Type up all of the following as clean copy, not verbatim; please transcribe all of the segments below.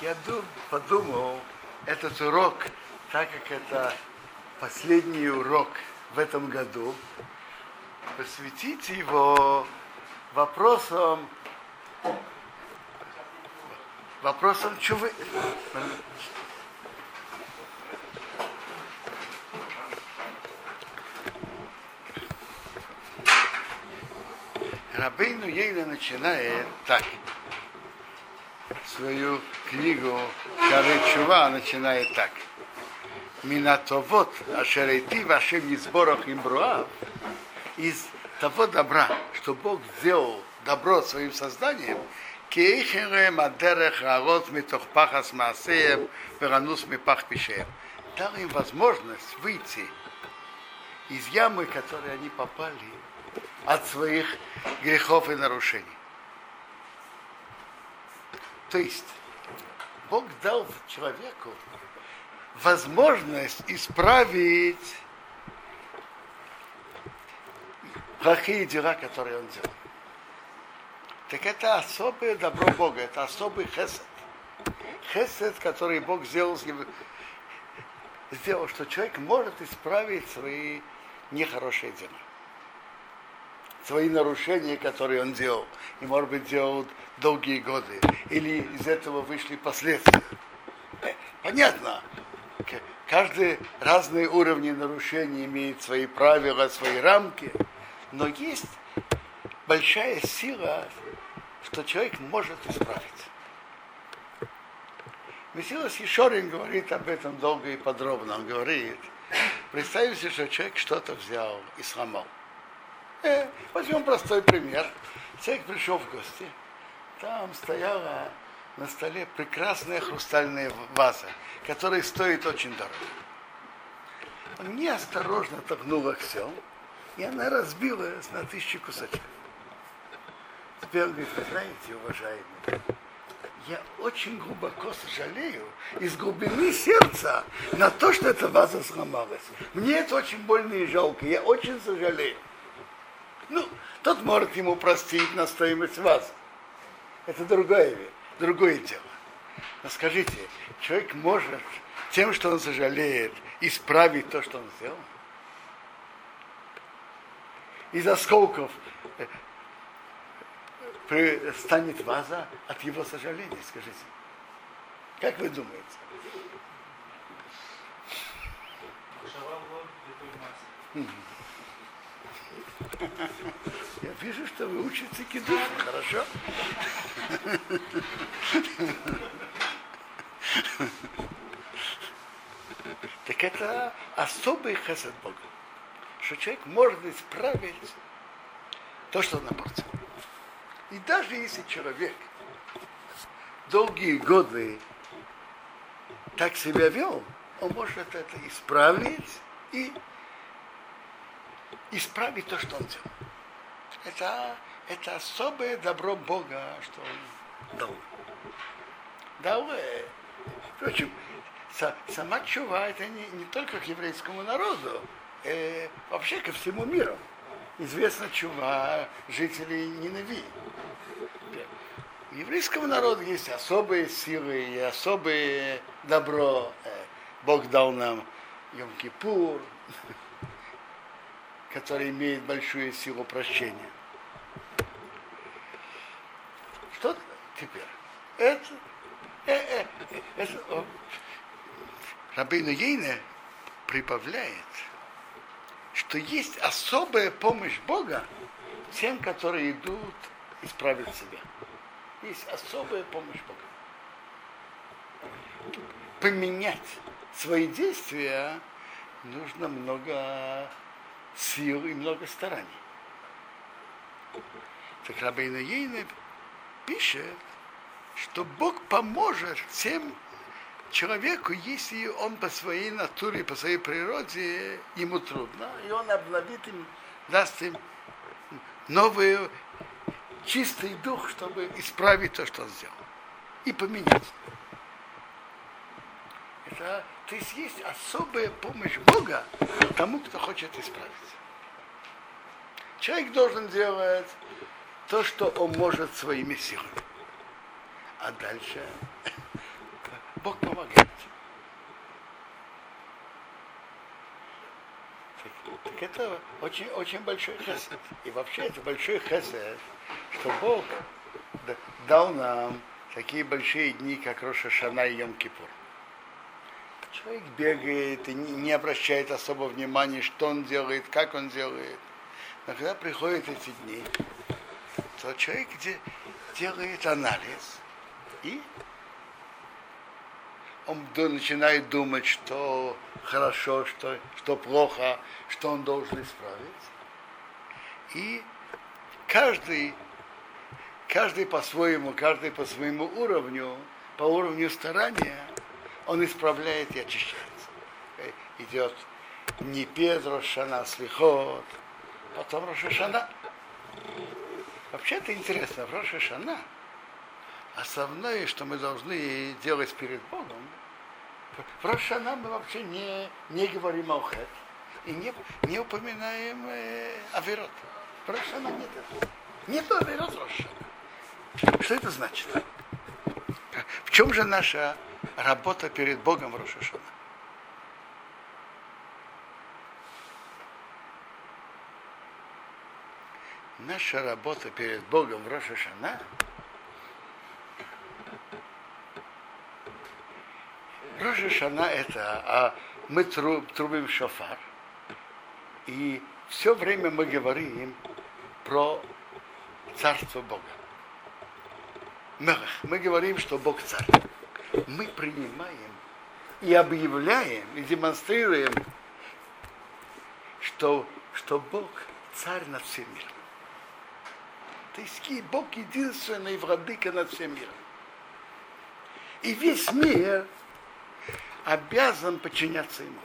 подумал, этот урок, так как это последний урок в этом году, посвятить его вопросам чувы. Рабейну Йейна начинает так. Свою книгу Шарей Тшува начинает так. Минатовот ашерейти вашим низборах им бруав. Из того добра, что Бог сделал добро своим созданием, кейхерем адерех рарот митох пахас маасеем веранус мипах пишеем. Дал им возможность выйти из ямы, в которой они попали, от своих грехов и нарушений. То есть Бог дал человеку возможность исправить плохие дела, которые он делал. Так это особое добро Бога, это особый хесед. Хесед, который Бог сделал, что человек может исправить свои нехорошие дела. Свои нарушения, которые он делал, и, может быть, делал долгие годы, или из этого вышли последствия. Понятно, каждый разные уровни нарушений имеет свои правила, свои рамки, но есть большая сила, что человек может исправить. Месилас Ешорин говорит об этом долго и подробно. Он говорит, представьте, что человек что-то взял и сломал. Возьмем простой пример. Человек пришел в гости, там стояла на столе прекрасная хрустальная ваза, которая стоит очень дорого. Он неосторожно толкнул аксел, и она разбилась на 1000 кусочков. Теперь он говорит, вы знаете, уважаемые, я очень глубоко сожалею из глубины сердца на то, что эта ваза сломалась. Мне это очень больно и жалко, я очень сожалею. Ну, тот может ему простить на стоимость вазы. Это другое дело. Но скажите, человек может тем, что он сожалеет, исправить то, что он сделал? Из осколков станет ваза от его сожаления, скажите. Как вы думаете? Я вижу, что вы учите кидуш, хорошо? Так это особый хесед Бога, что человек может исправить то, что он напортил. И даже если человек долгие годы так себя вел, он может это исправить и исправить то, что он делал. Это особое добро Бога, что он дал. Дал. Впрочем, сама тшува это не только к еврейскому народу, вообще ко всему миру. Известна тшува жителей Ниневии. У еврейского народа есть особые силы и особое добро. Бог дал нам Йом-Кипур, который имеет большую силу прощения. Что теперь? Рабейну Йейна прибавляет, что есть особая помощь Бога тем, которые идут исправить себя. Есть особая помощь Бога. Поменять свои действия нужно много сил и много стараний. Так Рабейну Йейна пишет, что Бог поможет тем человеку, если он по своей натуре, по своей природе, ему трудно, и он обновит им, даст им новый чистый дух, чтобы исправить то, что он сделал, и поменять. То есть особая помощь Бога тому, кто хочет исправить. Человек должен делать то, что он может своими силами. А дальше Бог помогает. Так это очень, очень большой хесед. И вообще это большой хесед, что Бог дал нам такие большие дни, как Рош ха-Шана и Йом-Кипур. Человек бегает и не обращает особо внимания, что он делает, как он делает. Но когда приходят эти дни, то человек делает анализ, и он начинает думать, что хорошо, что плохо, что он должен исправить. И каждый по-своему, каждый по своему уровню, по уровню старания, он исправляет и очищается. Идет не перед Рош ха-Шана, слихот, потом Рош ха-Шана. Вообще это интересно, в Рош ха-Шана основное, что мы должны делать перед Богом, в Рош ха-Шана мы вообще не говорим о хет и не упоминаем авирот. В Рош ха-Шана нет этого. Нет авирот в Рош ха-Шана. Что это значит? В чем же наша работа перед Богом в Рош ха-Шана? Наша работа перед Богом в Рош ха-Шана Рош ха-Шана это, мы трубим шофар, и все время мы говорим про царство Бога. Мы говорим, что Бог царь. Мы принимаем и объявляем, и демонстрируем, что Бог царь над всем миром. То есть Бог единственный владыка над всем миром. И весь мир обязан подчиняться ему.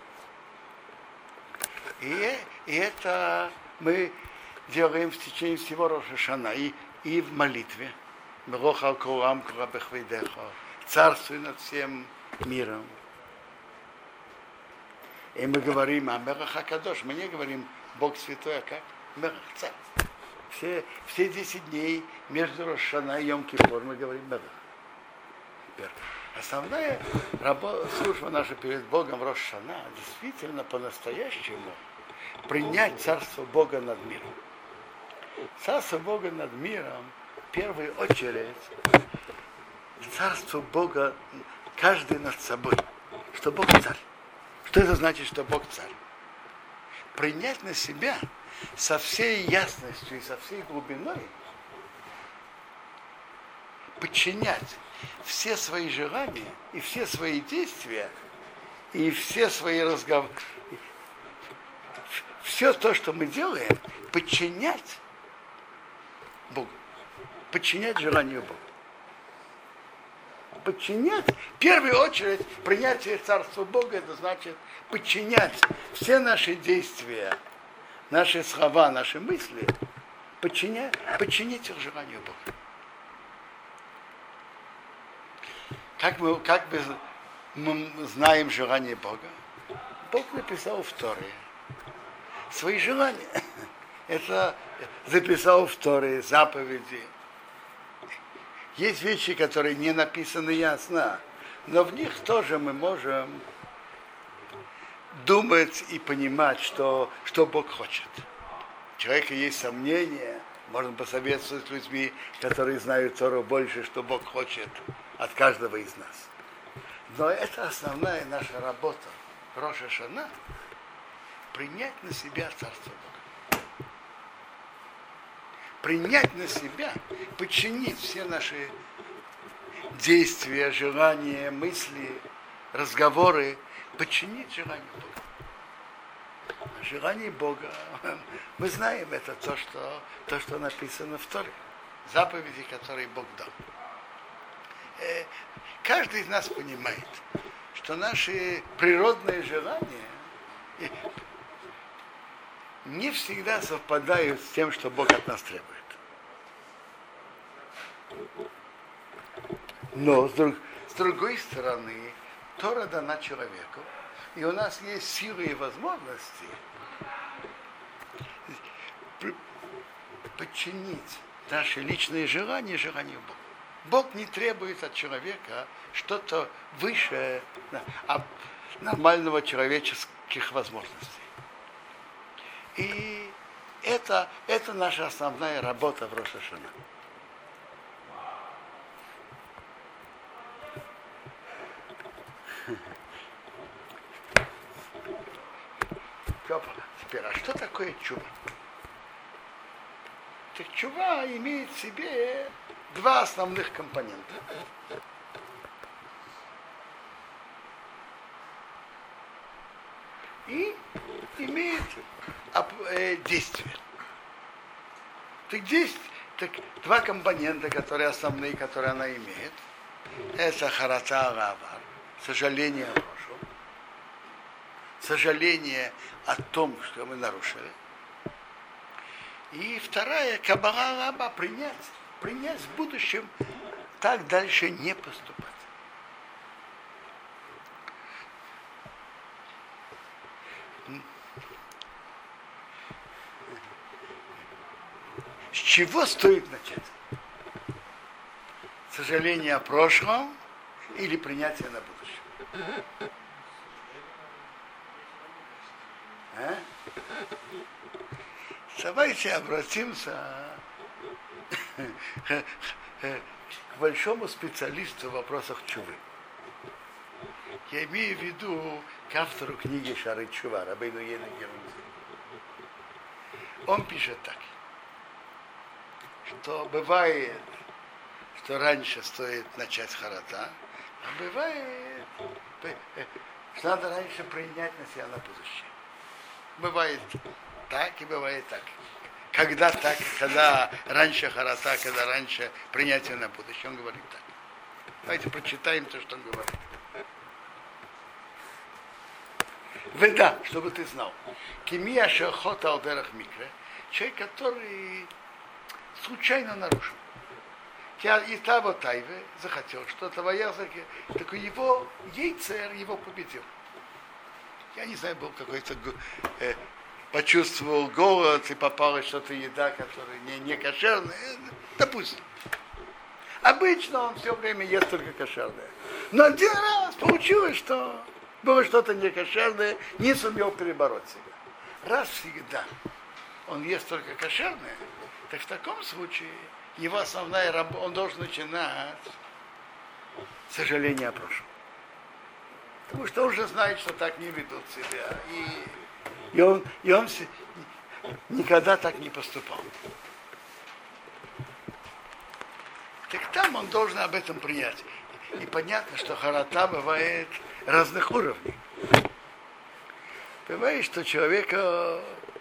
И это мы делаем в течение всего Рош ха-Шана и в молитве. Царствуй над всем миром. И мы говорим о Мелах ха-Кадош. Мы не говорим Бог святой, а как Мелах царь. Все 10 дней между Рош ха-Шана и Йом-Кипур мы говорим Мелах. Основная служба наша перед Богом в Рош ха-Шана действительно по-настоящему принять царство Бога над миром. Царство Бога над миром в первую очередь царство Бога каждый над собой, что Бог царь. Что это значит, что Бог царь? Принять на себя со всей ясностью и со всей глубиной, подчинять все свои желания и все свои действия и все свои разговоры, все то, что мы делаем, подчинять Богу, подчинять желанию Бога. Подчинять, в первую очередь, принятие царства Бога, это значит подчинять все наши действия, наши слова, наши мысли, подчинить их желанию Бога. Как мы знаем желание Бога? Бог написал в Торе свои желания. Это записал в Торе заповеди. Есть вещи, которые не написаны ясно, но в них тоже мы можем думать и понимать, что Бог хочет. У человека есть сомнения, можно посоветовать с людьми, которые знают Тору больше, что Бог хочет от каждого из нас. Но это основная наша работа в Рош ха-Шана — принять на себя царство Бога. Принять на себя, подчинить все наши действия, желания, мысли, разговоры, подчинить желанию Бога. Желание Бога, мы знаем, это то, что написано в Торе, заповеди, которые Бог дал. Каждый из нас понимает, что наши природные желания не всегда совпадают с тем, что Бог от нас требует. Но с другой стороны, Тора дана человеку, и у нас есть силы и возможности подчинить наши личные желания желанию Бога. Бог не требует от человека что-то выше нормального человеческих возможностей. И это наша основная работа в Рош ха-Шана. Теперь, а что такое чува? Так чува имеет в себе два основных компонента. И имеет действие. Так два компонента, которые основные, которые она имеет, это харата ава, сожаление о прошлом, сожаление о том, что мы нарушили. И вторая, кабара раба, принять в будущем так дальше не поступать. С чего стоит начать? Сожаление о прошлом или принятие на будущем? А? Давайте обратимся к большому специалисту в вопросах чувы. Я имею в виду к автору книги Шары Чува, Рабейну Йена Геруза. Он пишет так, что бывает, что раньше стоит начать с харата, а бывает, что надо раньше принять на себя на будущее. Бывает так и бывает так. Когда так, когда раньше харата, когда раньше принятие на будущее, он говорит так. Давайте прочитаем то, что он говорит. Да, чтобы ты знал. Кимия шахота алдерах микре, человек, который случайно нарушил. И того тайве захотел что-то в языке, так его яйцер его победил. Я не знаю, был какой-то почувствовал голод и попалась что-то еда, которая не кошерная. Допустим. Обычно он все время ест только кошерное. Но один раз получилось, что было что-то некошерное, не сумел перебороть себя. Раз всегда он ест только кошерное, так в таком случае его основная работа, он должен начинать с сожаления о прошлом. Потому что он уже знает, что так не ведут себя. И он никогда так не поступал. Так там он должен об этом принять. И понятно, что харата бывает разных уровней. Бывает, что человека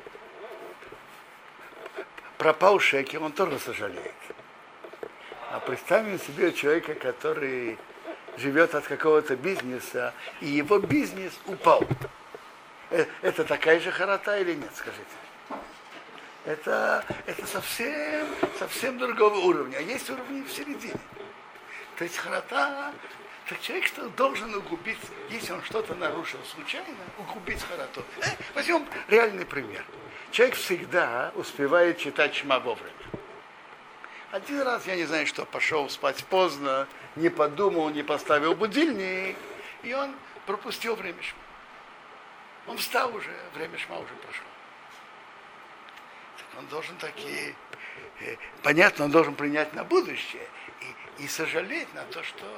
пропал шекель, он тоже сожалеет. А представим себе человека, который живет от какого-то бизнеса, и его бизнес упал. Это такая же харата или нет, скажите? Это совсем другого уровня. А есть уровни в середине. То есть харата, так человек что должен угубить, если он что-то нарушил случайно, угубить харату. Возьмем реальный пример. Человек всегда успевает читать шма вовремя. Один раз, я не знаю что, пошел спать поздно, не подумал, не поставил будильник, и он пропустил время шма. Он встал уже, время шма уже прошло. Так он должен понятно, он должен принять на будущее и сожалеть на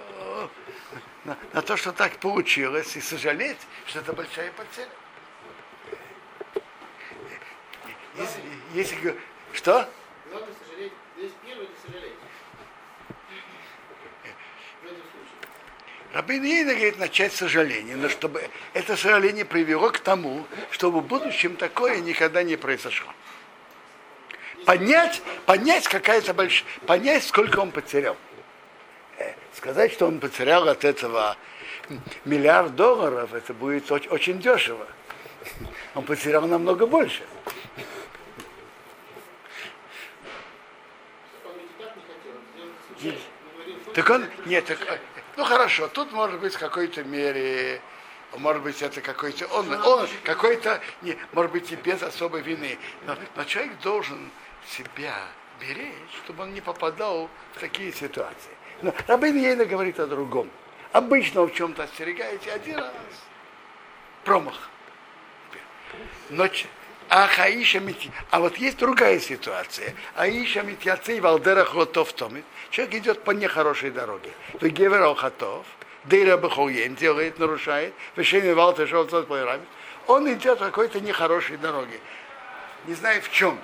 то, что так получилось, и сожалеть, что это большая потеря. Если что? Главное сожалеть. Здесь первое не сожалеть. Рабейн Йейна говорит начать с сожаления, но чтобы это сожаление привело к тому, чтобы в будущем такое никогда не произошло. Понять понять, сколько он потерял. Сказать, что он потерял от этого $1 миллиард, это будет очень дешево. Он потерял намного больше. Так он, нет, так, ну хорошо, тут может быть в какой-то мере, может быть это какой-то, он какой-то, не, может быть и без особой вины, но человек должен себя беречь, чтобы он не попадал в такие ситуации. Но Рабейну Йейна говорит о другом. Обычно в чем-то остерегаете один раз. Промах. А вот есть другая ситуация. Аиша митьяцей валдерах лотов томит. Человек идет по нехорошей дороге. Вы геверал хатов, дейра бахоен делает, нарушает. Вешение валта шоу он идет по какой-то нехорошей дороге. Не знаю в чем.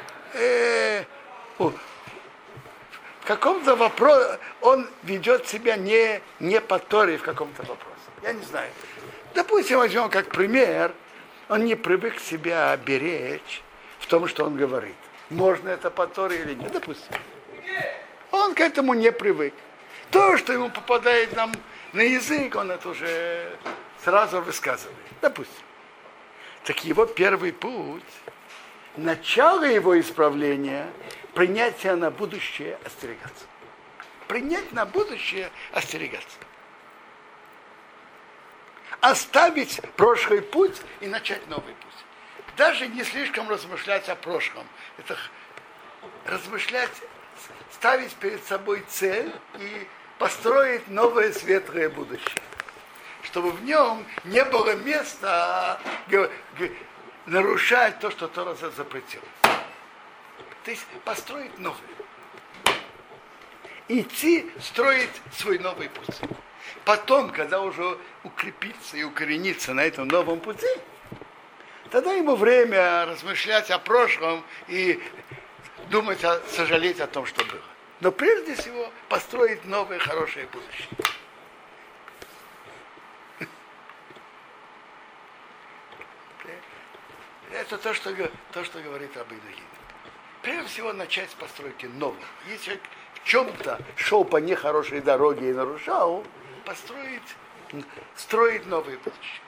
В каком-то вопросе он ведет себя не по Торе в каком-то вопросе. Я не знаю. Допустим, возьмем как пример, он не привык себя беречь в том, что он говорит. Можно это по Торе или нет, допустим. Он к этому не привык. То, что ему попадает нам на язык, он это уже сразу высказывает. Допустим. Так его первый путь, начало его исправления, принятие на будущее остерегаться. Принять на будущее остерегаться. Оставить прошлый путь и начать новый путь. Даже не слишком размышлять о прошлом. Это размышлять, ставить перед собой цель и построить новое светлое будущее. Чтобы в нем не было места нарушать то, что Тора запретил. То есть построить новое. Идти, строить свой новый путь. Потом, когда уже укрепиться и укорениться на этом новом пути, тогда ему время размышлять о прошлом и думать, сожалеть о том, что было. Но прежде всего построить новое хорошее будущее. Это то, что говорит Рабейну Йейна. Прежде всего начать с постройки нового. Если человек в чем-то шел по нехорошей дороге и нарушал, строить новые будущее.